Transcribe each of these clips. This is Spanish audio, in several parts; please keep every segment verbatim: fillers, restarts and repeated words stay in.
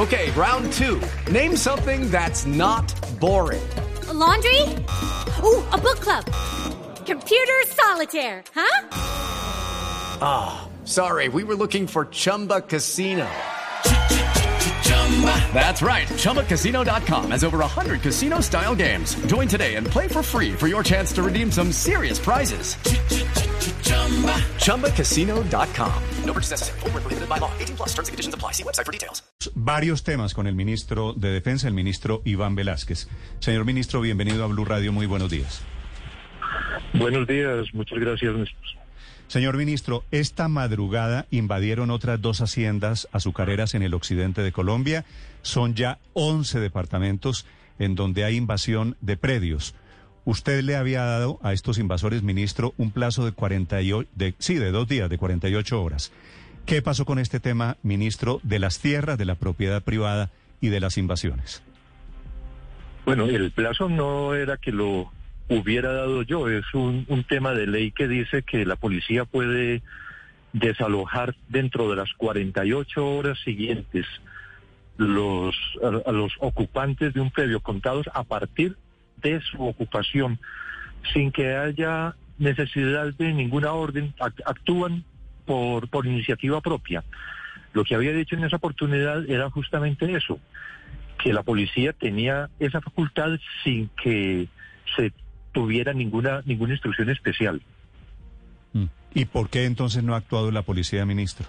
Okay, round two. Name something that's not boring. A laundry? Ooh, a book club. Computer solitaire, huh? Ah, oh, sorry, we were looking for Chumba Casino. That's right, Chumba Casino dot com has over one hundred casino-style games. Join today and play for free for your chance to redeem some serious prizes. Chumba Casino dot com. No purchase necessary. Void where prohibited by law. eighteen plus terms and conditions apply. See website for details. Varios temas con el ministro de Defensa, el ministro Iván Velásquez. Señor ministro, bienvenido a Blue Radio. Muy buenos días. Buenos días. Muchas gracias, Néstor. Señor ministro, esta madrugada invadieron otras dos haciendas azucareras en el occidente de Colombia. Son ya once departamentos en donde hay invasión de predios. Usted le había dado a estos invasores, ministro, un plazo de cuarenta y ocho, de, sí, de dos días, de cuarenta y ocho horas. ¿Qué pasó con este tema, ministro, de las tierras, de la propiedad privada y de las invasiones? Bueno, el plazo no era que lo hubiera dado yo, es un, un tema de ley que dice que la policía puede desalojar dentro de las cuarenta y ocho horas siguientes los, a, a los ocupantes de un predio contados a partir de su ocupación, sin que haya necesidad de ninguna orden, actúan por, por iniciativa propia. Lo que había dicho en esa oportunidad era justamente eso, que la policía tenía esa facultad sin que se tuviera ninguna ninguna instrucción especial. ¿Y por qué entonces no ha actuado la policía, ministro?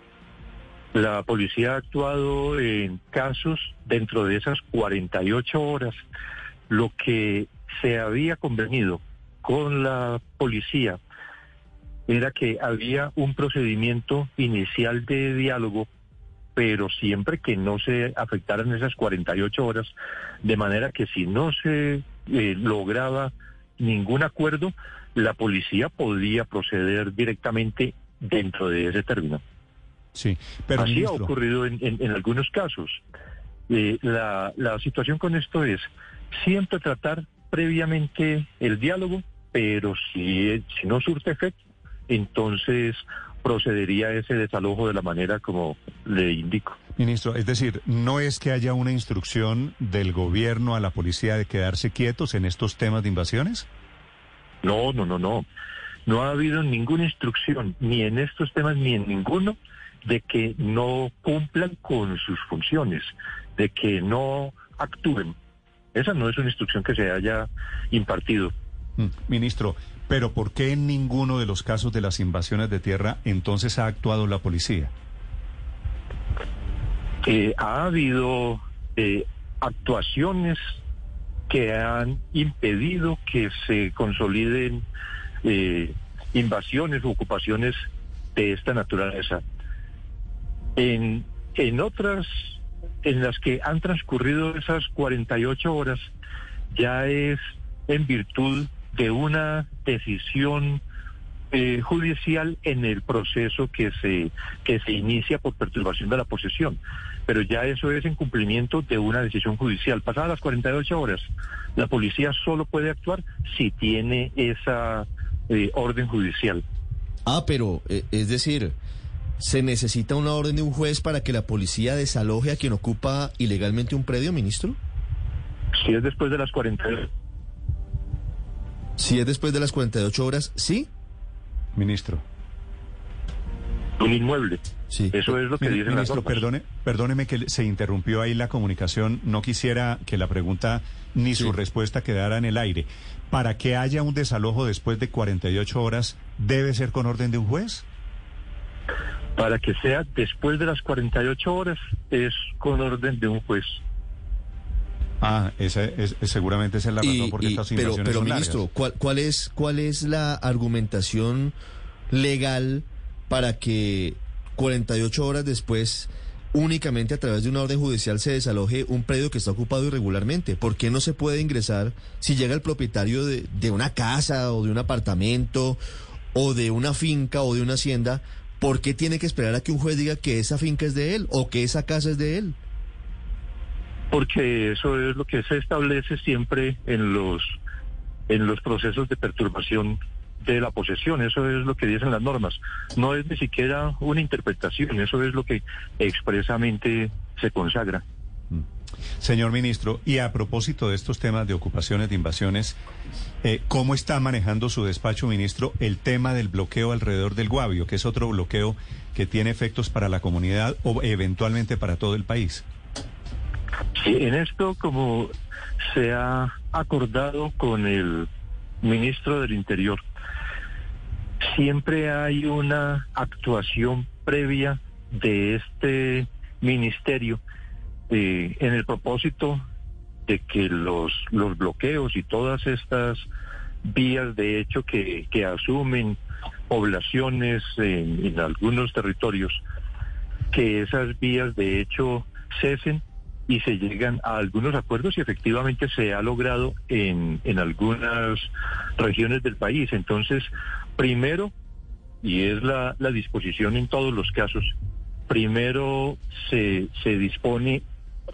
La policía ha actuado en casos dentro de esas cuarenta y ocho horas. Lo que se había convenido con la policía era que había un procedimiento inicial de diálogo, pero siempre que no se afectaran esas cuarenta y ocho horas, de manera que si no se eh, lograba ningún acuerdo, la policía podía proceder directamente dentro de ese término. Sí, pero así ministro... ha ocurrido en, en, en algunos casos. Eh, la, la situación con esto es siempre tratar previamente el diálogo, pero si, si no surte efecto, entonces procedería ese desalojo de la manera como le indico. Ministro, es decir, no es que haya una instrucción del gobierno a la policía de quedarse quietos en estos temas de invasiones. No, no, no, no. No ha habido ninguna instrucción, ni en estos temas, ni en ninguno, de que no cumplan con sus funciones, de que no actúen. Esa no es una instrucción que se haya impartido. Mm, ministro, pero ¿por qué en ninguno de los casos de las invasiones de tierra entonces ha actuado la policía? Eh, ha habido eh, actuaciones que han impedido que se consoliden eh, invasiones u ocupaciones de esta naturaleza. En, en otras, en las que han transcurrido esas cuarenta y ocho horas, ya es en virtud de una decisión eh, judicial en el proceso que se que se inicia por perturbación de la posesión. Pero ya eso es en cumplimiento de una decisión judicial. Pasadas las cuarenta y ocho horas, la policía solo puede actuar si tiene esa eh, orden judicial. Ah, pero eh, es decir, ¿se necesita una orden de un juez para que la policía desaloje a quien ocupa ilegalmente un predio, ministro? Si es después de las cuarenta y ocho. Si es después de las cuarenta y ocho horas, ¿sí? Ministro. Un inmueble. Sí. Eso es lo que dicen las Ministro, normas. perdone, perdóneme que se interrumpió ahí la comunicación. No quisiera que la pregunta ni Sí. su respuesta quedara en el aire. Para que haya un desalojo después de cuarenta y ocho horas, ¿debe ser con orden de un juez? Para que sea después de las cuarenta y ocho horas, es con orden de un juez. Ah, esa es, es- seguramente esa es la razón Y- porque y- estas pero, invasiones pero son ministro, largas. ¿cuál, cuál es cuál es la argumentación legal para que cuarenta y ocho horas después, únicamente a través de una orden judicial, se desaloje un predio que está ocupado irregularmente? ¿Por qué no se puede ingresar si llega el propietario de, de una casa o de un apartamento o de una finca o de una hacienda? ¿Por qué tiene que esperar a que un juez diga que esa finca es de él o que esa casa es de él? Porque eso es lo que se establece siempre en los en los procesos de perturbación de la posesión. Eso es lo que dicen las normas. No es ni siquiera una interpretación, eso es lo que expresamente se consagra. Señor ministro, y a propósito de estos temas de ocupaciones, de invasiones, eh, ¿cómo está manejando su despacho, ministro, el tema del bloqueo alrededor del Guavio, que es otro bloqueo que tiene efectos para la comunidad o eventualmente para todo el país? Sí, en esto, como se ha acordado con el ministro del Interior, siempre hay una actuación previa de este ministerio eh, en el propósito de que los, los bloqueos y todas estas vías de hecho que, que asumen poblaciones en, en algunos territorios, que esas vías de hecho cesen y se llegan a algunos acuerdos y efectivamente se ha logrado en, en algunas regiones del país. Entonces, primero, y es la, la disposición en todos los casos, primero se, se dispone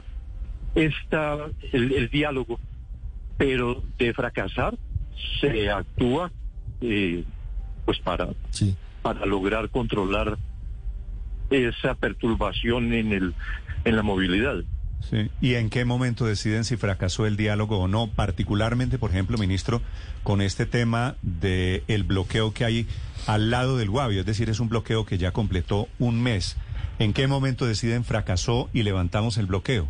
esta, el, el diálogo, pero de fracasar se actúa eh, pues para, sí. para lograr controlar esa perturbación en el en la movilidad. Sí. ¿Y en qué momento deciden si fracasó el diálogo o no? Particularmente, por ejemplo, ministro, con este tema de el bloqueo que hay al lado del Guavio, es decir, es un bloqueo que ya completó un mes. ¿En qué momento deciden fracasó y levantamos el bloqueo?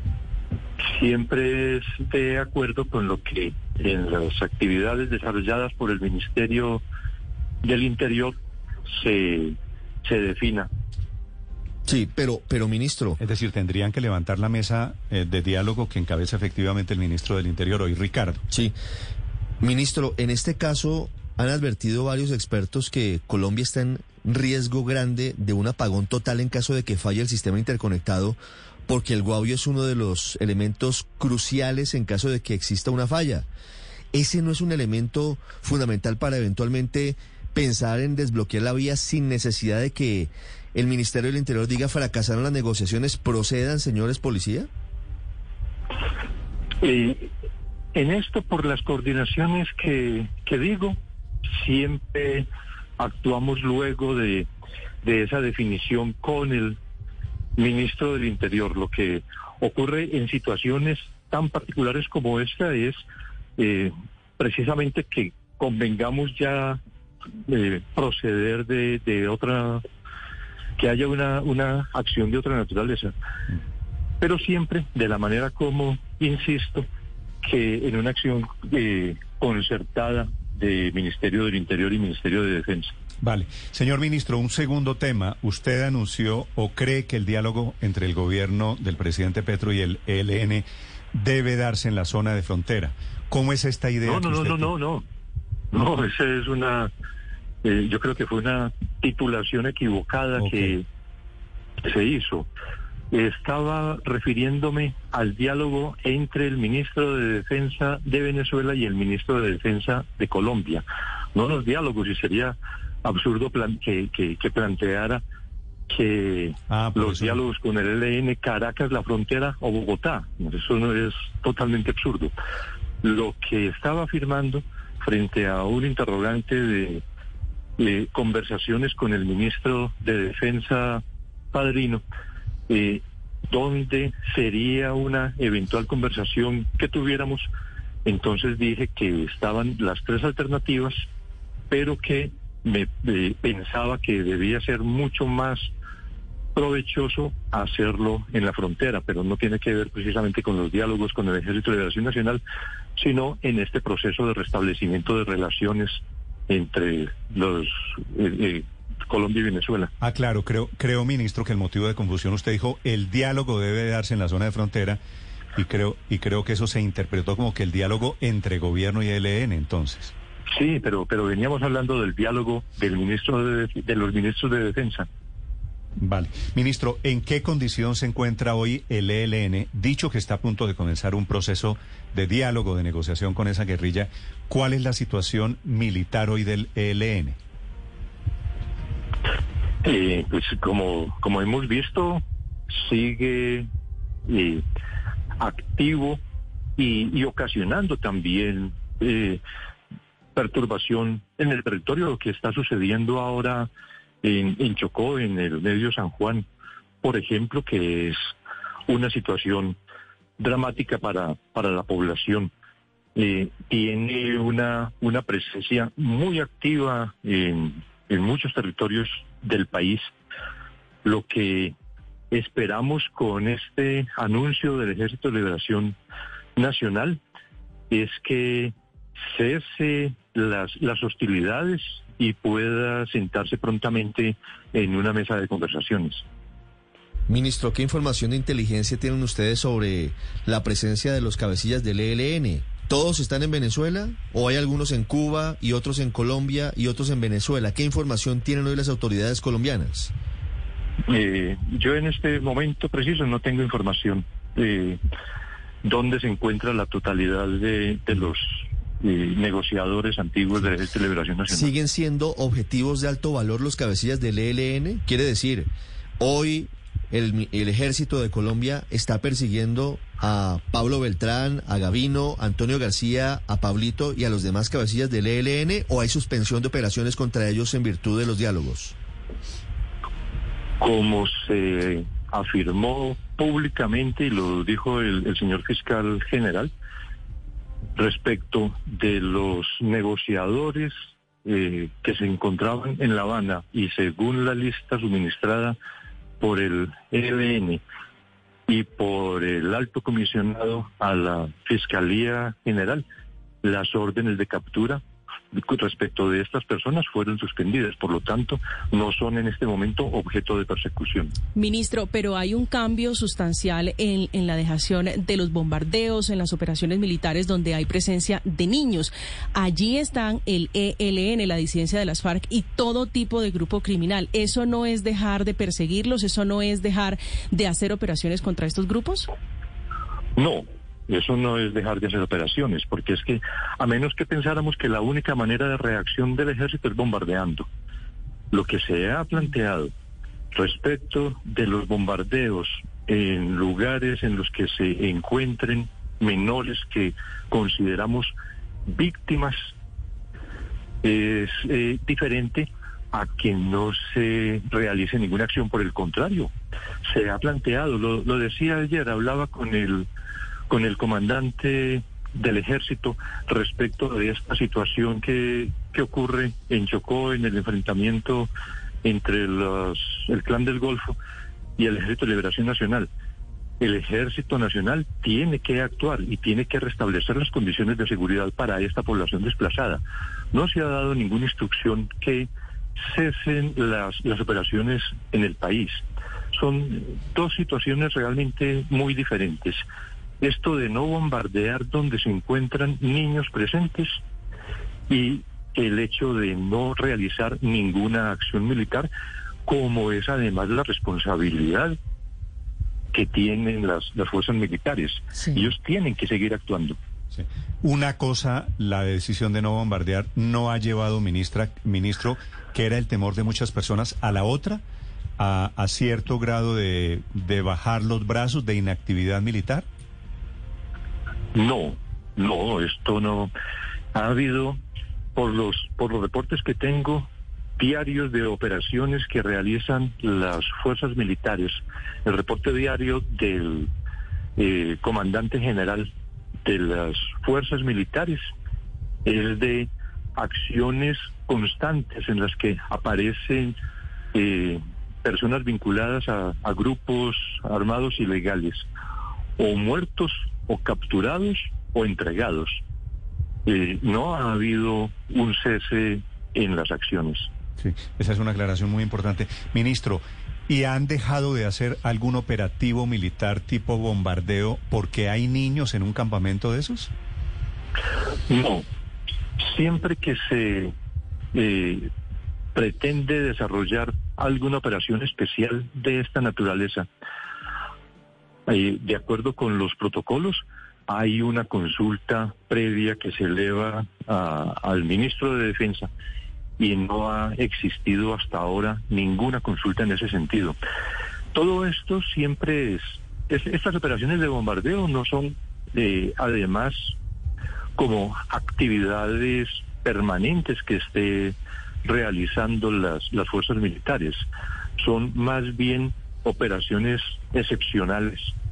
Siempre es de acuerdo con lo que en las actividades desarrolladas por el Ministerio del Interior se, se defina. Sí, pero, pero ministro... Es decir, tendrían que levantar la mesa eh, de diálogo que encabeza efectivamente el ministro del Interior, hoy Ricardo. Sí. Ministro, en este caso han advertido varios expertos que Colombia está en riesgo grande de un apagón total en caso de que falle el sistema interconectado, porque el Guavio es uno de los elementos cruciales en caso de que exista una falla. ¿Ese no es un elemento fundamental para eventualmente pensar en desbloquear la vía sin necesidad de que el Ministerio del Interior diga fracasaron las negociaciones, procedan, señores policía? Eh, en esto, por las coordinaciones que, que digo, siempre actuamos luego de, de esa definición con el ministro del Interior. Lo que ocurre en situaciones tan particulares como esta es eh, precisamente que convengamos ya eh, proceder de, de otra... que haya una, una acción de otra naturaleza, pero siempre de la manera como, insisto, que en una acción eh, concertada de Ministerio del Interior y Ministerio de Defensa. Vale. Señor ministro, un segundo tema. Usted anunció o cree que el diálogo entre el gobierno del presidente Petro y el E L N debe darse en la zona de frontera. ¿Cómo es esta idea? No, no, no, no, no, no. No, esa es una... Eh, yo creo que fue una titulación equivocada okay. que, que se hizo. Estaba refiriéndome al diálogo entre el ministro de Defensa de Venezuela y el ministro de Defensa de Colombia. No los diálogos, y sería absurdo plan que, que, que planteara que ah, los eso. diálogos con el E L N, Caracas, la frontera o Bogotá. Eso no es totalmente absurdo. Lo que estaba afirmando frente a un interrogante de Eh, conversaciones con el ministro de Defensa Padrino, eh, donde sería una eventual conversación que tuviéramos, entonces dije que estaban las tres alternativas, pero que me eh, pensaba que debía ser mucho más provechoso hacerlo en la frontera, pero no tiene que ver precisamente con los diálogos con el Ejército de Liberación Nacional, sino en este proceso de restablecimiento de relaciones entre los eh, eh, Colombia y Venezuela. Ah, claro, creo, creo, ministro, que el motivo de confusión, usted dijo, el diálogo debe darse en la zona de frontera, y creo, y creo que eso se interpretó como que el diálogo entre gobierno y E L N, entonces. Sí, pero, pero veníamos hablando del diálogo del ministro de, de los ministros de Defensa. Vale. Ministro, ¿en qué condición se encuentra hoy el E L N? Dicho que está a punto de comenzar un proceso de diálogo, de negociación con esa guerrilla, ¿cuál es la situación militar hoy del E L N? Eh, pues como, como hemos visto, sigue eh, activo y, y ocasionando también eh, perturbación en el territorio. Lo que está sucediendo ahora en, en Chocó, en el medio San Juan, por ejemplo, que es una situación dramática para, para la población. Eh, tiene una, una presencia muy activa en, en muchos territorios del país. Lo que esperamos con este anuncio del Ejército de Liberación Nacional es que cese las, las hostilidades y pueda sentarse prontamente en una mesa de conversaciones. Ministro, ¿qué información de inteligencia tienen ustedes sobre la presencia de los cabecillas del E L N? ¿Todos están en Venezuela o hay algunos en Cuba y otros en Colombia y otros en Venezuela? ¿Qué información tienen hoy las autoridades colombianas? Eh, yo en este momento preciso no tengo información de dónde se encuentra la totalidad de, de los eh, negociadores antiguos de esta Liberación Nacional. ¿Siguen siendo objetivos de alto valor los cabecillas del E L N? Quiere decir, hoy el, el Ejército de Colombia está persiguiendo a Pablo Beltrán, a Gavino, a Antonio García, a Pablito y a los demás cabecillas del E L N, ¿o hay suspensión de operaciones contra ellos en virtud de los diálogos? Como se afirmó públicamente y lo dijo el, el señor fiscal general, respecto de los negociadores eh, que se encontraban en La Habana y según la lista suministrada por el E L N y por el alto comisionado a la Fiscalía General, las órdenes de captura respecto de estas personas fueron suspendidas, por lo tanto no son en este momento objeto de persecución. Ministro, pero hay un cambio sustancial en, en la dejación de los bombardeos, en las operaciones militares donde hay presencia de niños. Allí están el E L N, la disidencia de las FARC y todo tipo de grupo criminal. ¿Eso no es dejar de perseguirlos? ¿Eso no es dejar de hacer operaciones contra estos grupos? No. Eso no es dejar de hacer operaciones, porque es que a menos que pensáramos que la única manera de reacción del ejército es bombardeando, lo que se ha planteado respecto de los bombardeos en lugares en los que se encuentren menores que consideramos víctimas es eh, diferente a que no se realice ninguna acción. Por el contrario, se ha planteado, lo, lo decía ayer, hablaba con el con el comandante del ejército respecto de esta situación que, que ocurre en Chocó, en el enfrentamiento entre los, el Clan del Golfo y el Ejército de Liberación Nacional. El Ejército Nacional tiene que actuar y tiene que restablecer las condiciones de seguridad para esta población desplazada. No se ha dado ninguna instrucción que cesen las, las operaciones en el país. Son dos situaciones realmente muy diferentes. Esto de no bombardear donde se encuentran niños presentes y el hecho de no realizar ninguna acción militar, como es además la responsabilidad que tienen las, las fuerzas militares. Sí. Ellos tienen que seguir actuando. Sí. Una cosa, la decisión de no bombardear no ha llevado, ministra, ministro, que era el temor de muchas personas, a la otra, a, a cierto grado de, de bajar los brazos, de inactividad militar. No, no, esto no. Ha habido, por los por los reportes que tengo, diarios de operaciones que realizan las fuerzas militares. El reporte diario del eh, comandante general de las fuerzas militares es de acciones constantes en las que aparecen eh, personas vinculadas a, a grupos armados ilegales, o muertos, o capturados, o entregados. Eh, no ha habido un cese en las acciones. Sí, esa es una aclaración muy importante. Ministro, ¿y han dejado de hacer algún operativo militar tipo bombardeo porque hay niños en un campamento de esos? No. Siempre que se eh, pretende desarrollar alguna operación especial de esta naturaleza, eh, de acuerdo con los protocolos, hay una consulta previa que se eleva a, al ministro de Defensa, y no ha existido hasta ahora ninguna consulta en ese sentido. Todo esto siempre es, es estas operaciones de bombardeo no son eh, además como actividades permanentes que esté realizando las, las fuerzas militares. Son más bien operaciones excepcionales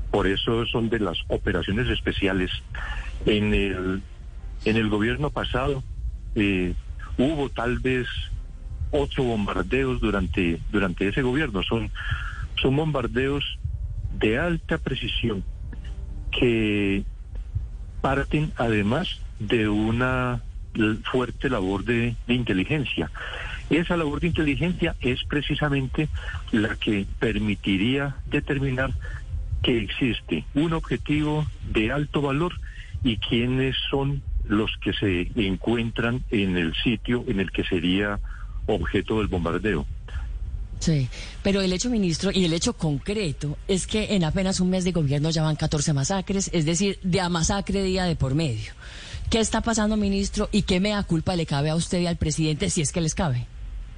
por eso son de las operaciones especiales. En el, en el gobierno pasado eh, hubo tal vez ocho bombardeos durante, durante ese gobierno. Son, son bombardeos de alta precisión que parten además de una fuerte labor de, de inteligencia. Esa labor de inteligencia es precisamente la que permitiría determinar que existe un objetivo de alto valor y quiénes son los que se encuentran en el sitio en el que sería objeto del bombardeo. Sí, pero el hecho, ministro, y el hecho concreto es que en apenas un mes de gobierno ya van catorce masacres, es decir, de a masacre día de por medio. ¿Qué está pasando, ministro, y qué mea culpa le cabe a usted y al presidente, si es que les cabe?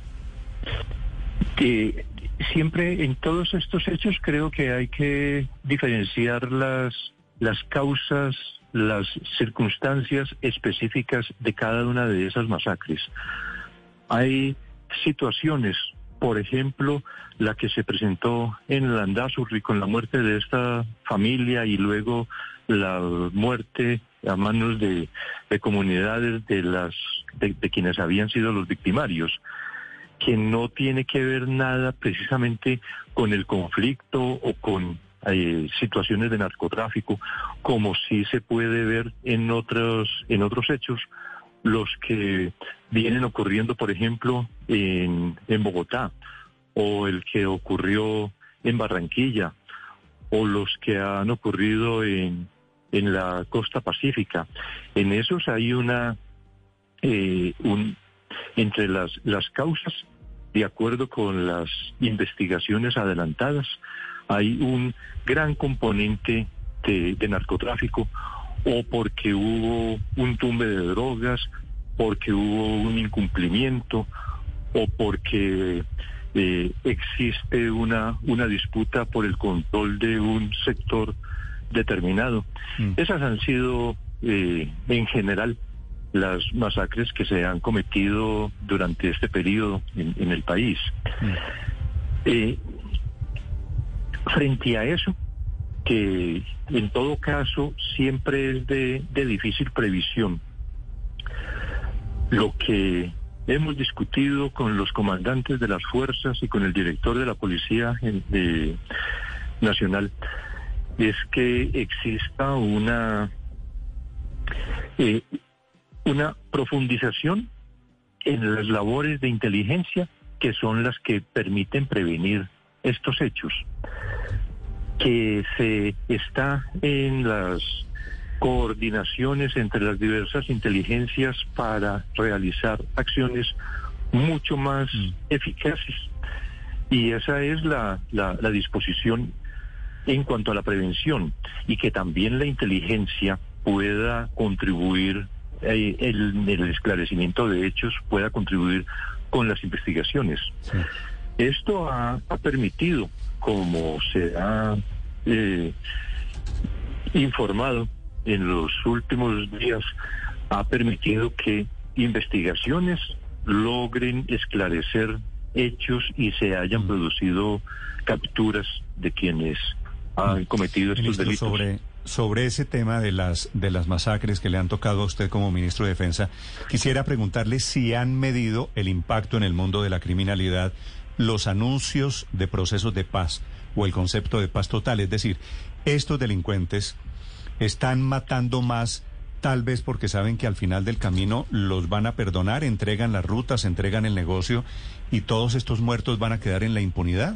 Que siempre en todos estos hechos creo que hay que diferenciar las, las causas, las circunstancias específicas de cada una de esas masacres. Hay situaciones, por ejemplo, la que se presentó en Landazuri con la muerte de esta familia y luego la muerte a manos de, de comunidades de las de, de quienes habían sido los victimarios, que no tiene que ver nada precisamente con el conflicto o con eh, situaciones de narcotráfico, como sí se puede ver en otros en otros hechos, los que vienen ocurriendo, por ejemplo, en, en Bogotá, o el que ocurrió en Barranquilla, o los que han ocurrido en, en la costa pacífica. En esos hay una, eh, un, entre las, las causas, de acuerdo con las investigaciones adelantadas, hay un gran componente de, de narcotráfico, o porque hubo un tumbe de drogas, porque hubo un incumplimiento, o porque eh, existe una, una disputa por el control de un sector determinado. Mm. Esas han sido, eh, en general, las masacres que se han cometido durante este periodo en, en el país. Mm. Eh, frente a eso, que en todo caso siempre es de, de difícil previsión, lo que hemos discutido con los comandantes de las fuerzas y con el director de la Policía de, Nacional es que exista una, eh, una profundización en las labores de inteligencia que son las que permiten prevenir estos hechos, que se está en las coordinaciones entre las diversas inteligencias para realizar acciones mucho más mm. eficaces, y esa es la, la, la disposición en cuanto a la prevención, y que también la inteligencia pueda contribuir, eh, el, el esclarecimiento de hechos pueda contribuir con las investigaciones. Sí. Esto ha, ha permitido, como se ha eh, informado en los últimos días, ha permitido que investigaciones logren esclarecer hechos y se hayan mm. producido capturas de quienes han cometido estos Ministro, delitos. Sobre, sobre ese tema de las, de las masacres que le han tocado a usted como ministro de Defensa, quisiera preguntarle si han medido el impacto en el mundo de la criminalidad los anuncios de procesos de paz o el concepto de paz total. Es decir, estos delincuentes están matando más, tal vez porque saben que al final del camino los van a perdonar, entregan las rutas, entregan el negocio, y todos estos muertos van a quedar en la impunidad.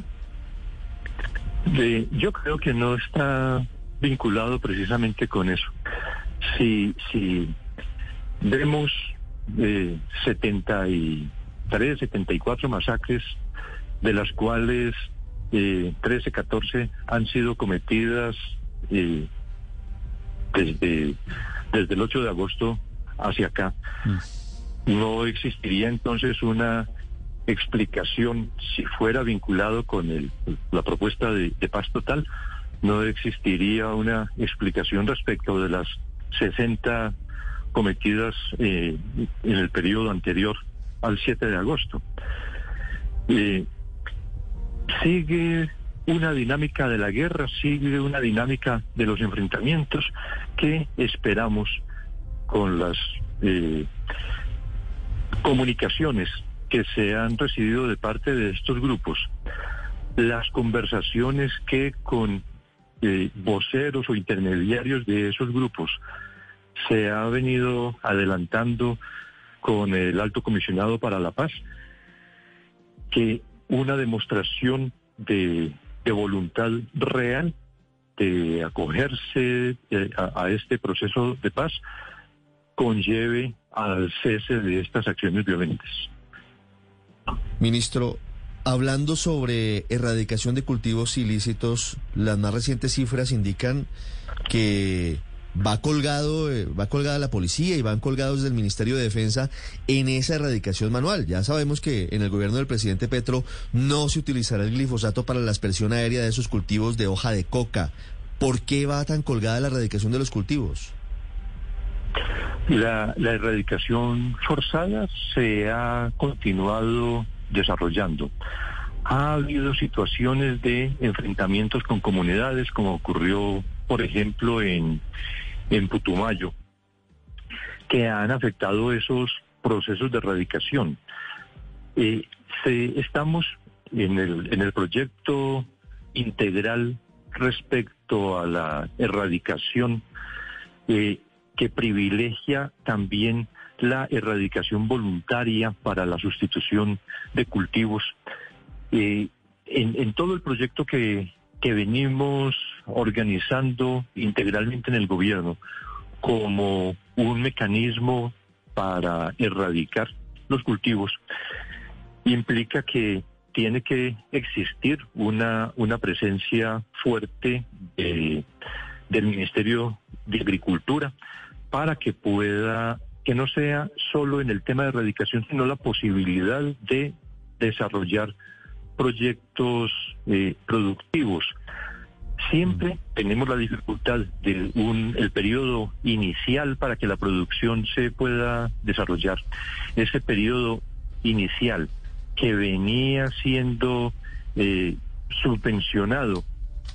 De, yo creo que no está vinculado precisamente con eso. Si, si vemos eh, setenta y tres, setenta y cuatro masacres, de las cuales eh, trece, catorce han sido cometidas eh, desde, desde el ocho de agosto hacia acá, mm. no existiría entonces una explicación, si fuera vinculado con el, la propuesta de, de paz total, no existiría una explicación respecto de las sesenta cometidas eh, en el periodo anterior al siete de agosto. Eh, sigue una dinámica de la guerra, sigue una dinámica de los enfrentamientos que esperamos con las eh, comunicaciones que se han recibido de parte de estos grupos, las conversaciones que con eh, voceros o intermediarios de esos grupos se ha venido adelantando con el Alto Comisionado para la Paz, que una demostración de, de voluntad real de acogerse eh, a, a este proceso de paz conlleve al cese de estas acciones violentas. Ministro, hablando sobre erradicación de cultivos ilícitos, las más recientes cifras indican que va colgado, eh, va colgada la policía y van colgados del Ministerio de Defensa en esa erradicación manual. Ya sabemos que en el gobierno del presidente Petro no se utilizará el glifosato para la aspersión aérea de esos cultivos de hoja de coca. ¿Por qué va tan colgada la erradicación de los cultivos? La, la erradicación forzada se ha continuado desarrollando. Ha habido situaciones de enfrentamientos con comunidades, como ocurrió, por ejemplo, en, en Putumayo, que han afectado esos procesos de erradicación. Eh, se, estamos en el, en el proyecto integral respecto a la erradicación, eh, que privilegia también la erradicación voluntaria para la sustitución de cultivos. Eh, en, en todo el proyecto que, que venimos organizando integralmente en el gobierno como un mecanismo para erradicar los cultivos, implica que tiene que existir una, una presencia fuerte de, del Ministerio de Agricultura para que pueda, que no sea solo en el tema de erradicación, sino la posibilidad de desarrollar proyectos eh, productivos. Siempre tenemos la dificultad de un, el periodo inicial para que la producción se pueda desarrollar. Ese periodo inicial que venía siendo eh, subvencionado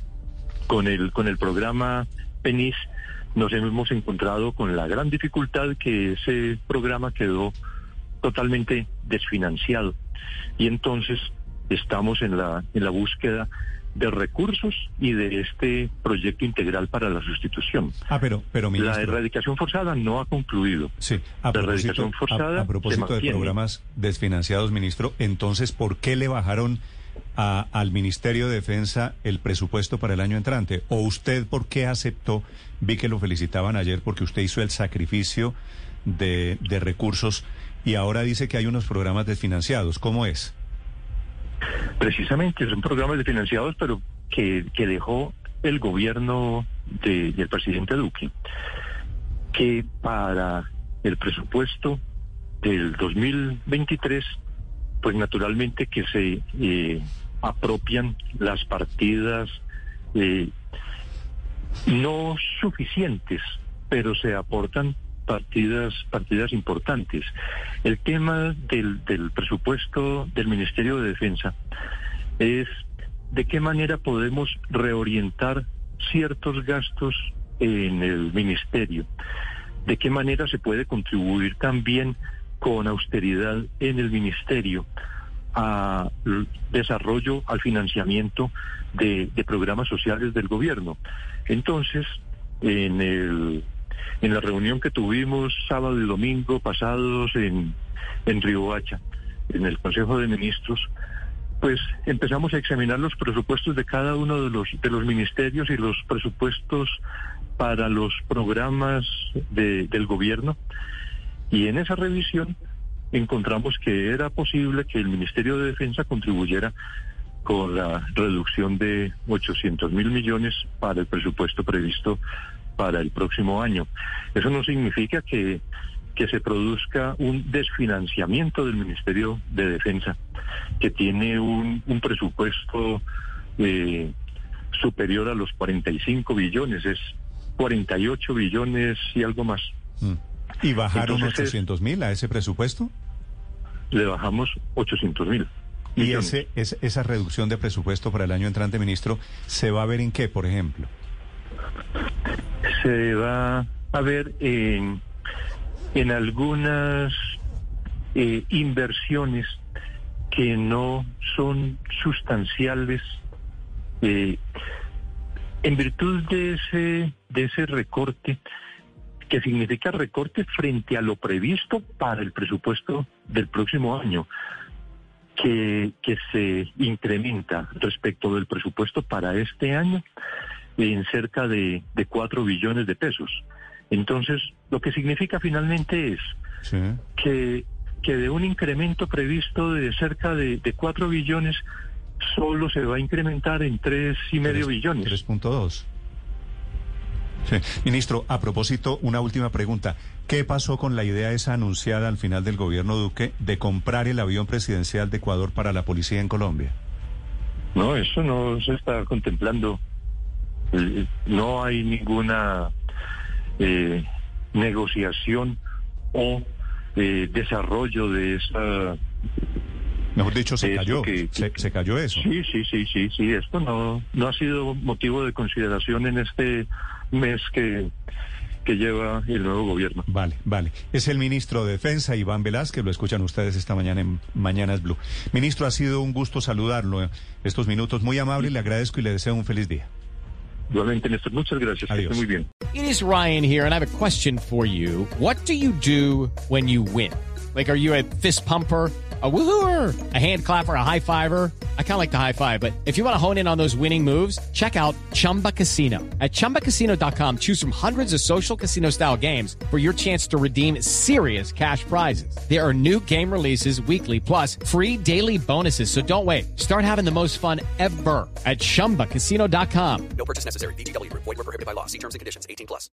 con el, con el programa PENIS, nos hemos encontrado con la gran dificultad que ese programa quedó totalmente desfinanciado. Y entonces estamos en la, en la búsqueda de recursos y de este proyecto integral para la sustitución. Ah, pero, pero ministro, la erradicación forzada no ha concluido. Sí, a la propósito, erradicación forzada a, a propósito de programas desfinanciados, ministro, entonces, ¿por qué le bajaron a, al Ministerio de Defensa el presupuesto para el año entrante? ¿O usted por qué aceptó? Vi que lo felicitaban ayer porque usted hizo el sacrificio de, de recursos y ahora dice que hay unos programas desfinanciados. ¿Cómo es? Precisamente, son programas desfinanciados, pero que, que dejó el gobierno de, del presidente Duque, que para el presupuesto del dos mil veintitrés, pues naturalmente que se eh, apropian las partidas eh, no suficientes, pero se aportan partidas partidas importantes. El tema del, del presupuesto del Ministerio de Defensa es de qué manera podemos reorientar ciertos gastos en el ministerio, de qué manera se puede contribuir también con austeridad en el ministerio al desarrollo, al financiamiento de, de programas sociales del gobierno. Entonces, en el En la reunión que tuvimos sábado y domingo pasados en, en Riohacha, en el Consejo de Ministros, pues empezamos a examinar los presupuestos de cada uno de los, de los ministerios y los presupuestos para los programas de, del gobierno. Y en esa revisión encontramos que era posible que el Ministerio de Defensa contribuyera con la reducción de ochocientos mil millones para el presupuesto previsto para el próximo año. Eso no significa que, que se produzca un desfinanciamiento del Ministerio de Defensa, que tiene un, un presupuesto eh, superior a los cuarenta y cinco billones, es cuarenta y ocho billones y algo más. Mm. ¿Y bajaron Entonces, ochocientos mil a ese presupuesto? Le bajamos ochocientos mil. Y millones. ese, es, esa reducción de presupuesto para el año entrante, ministro, ¿se va a ver en qué, por ejemplo? Se va a ver en, en algunas eh, inversiones que no son sustanciales eh, en virtud de ese, de ese recorte, que significa recorte frente a lo previsto para el presupuesto del próximo año, que, que se incrementa respecto del presupuesto para este año en cerca de, de cuatro billones de pesos. Entonces, lo que significa finalmente es Sí. que, que de un incremento previsto de cerca de, de cuatro billones, solo se va a incrementar en tres y medio billones. tres punto dos. Sí. Ministro, a propósito, una última pregunta. ¿Qué pasó con la idea esa anunciada al final del gobierno Duque de comprar el avión presidencial de Ecuador para la policía en Colombia? No, eso no se está contemplando. Eh, No hay ninguna eh, negociación o eh, desarrollo de esa... Mejor dicho, se Eso cayó. que- se, se cayó eso. Sí, sí, sí, sí, sí. Esto no, no ha sido motivo de consideración en este mes que, que lleva el nuevo gobierno. Vale, vale. Es el ministro de Defensa, Iván Velázquez, lo escuchan ustedes esta mañana en Mañanas Blue. Ministro, ha sido un gusto saludarlo estos minutos. Muy amable, le agradezco y le deseo un feliz día. Igualmente, Néstor, muchas gracias. Adiós. Que esté muy bien. It is Ryan here, and I have a question for you. What do you do when you win? Like, are you a fist pumper, a woohooer, a hand clapper, a high fiver? I kind of like the high five, but if you want to hone in on those winning moves, check out Chumba Casino. At chumba casino dot com, choose from hundreds of social casino style games for your chance to redeem serious cash prizes. There are new game releases weekly, plus free daily bonuses. So don't wait. Start having the most fun ever at chumba casino dot com. No purchase necessary. V G W Group. Void where prohibited by law. See terms and conditions. eighteen plus.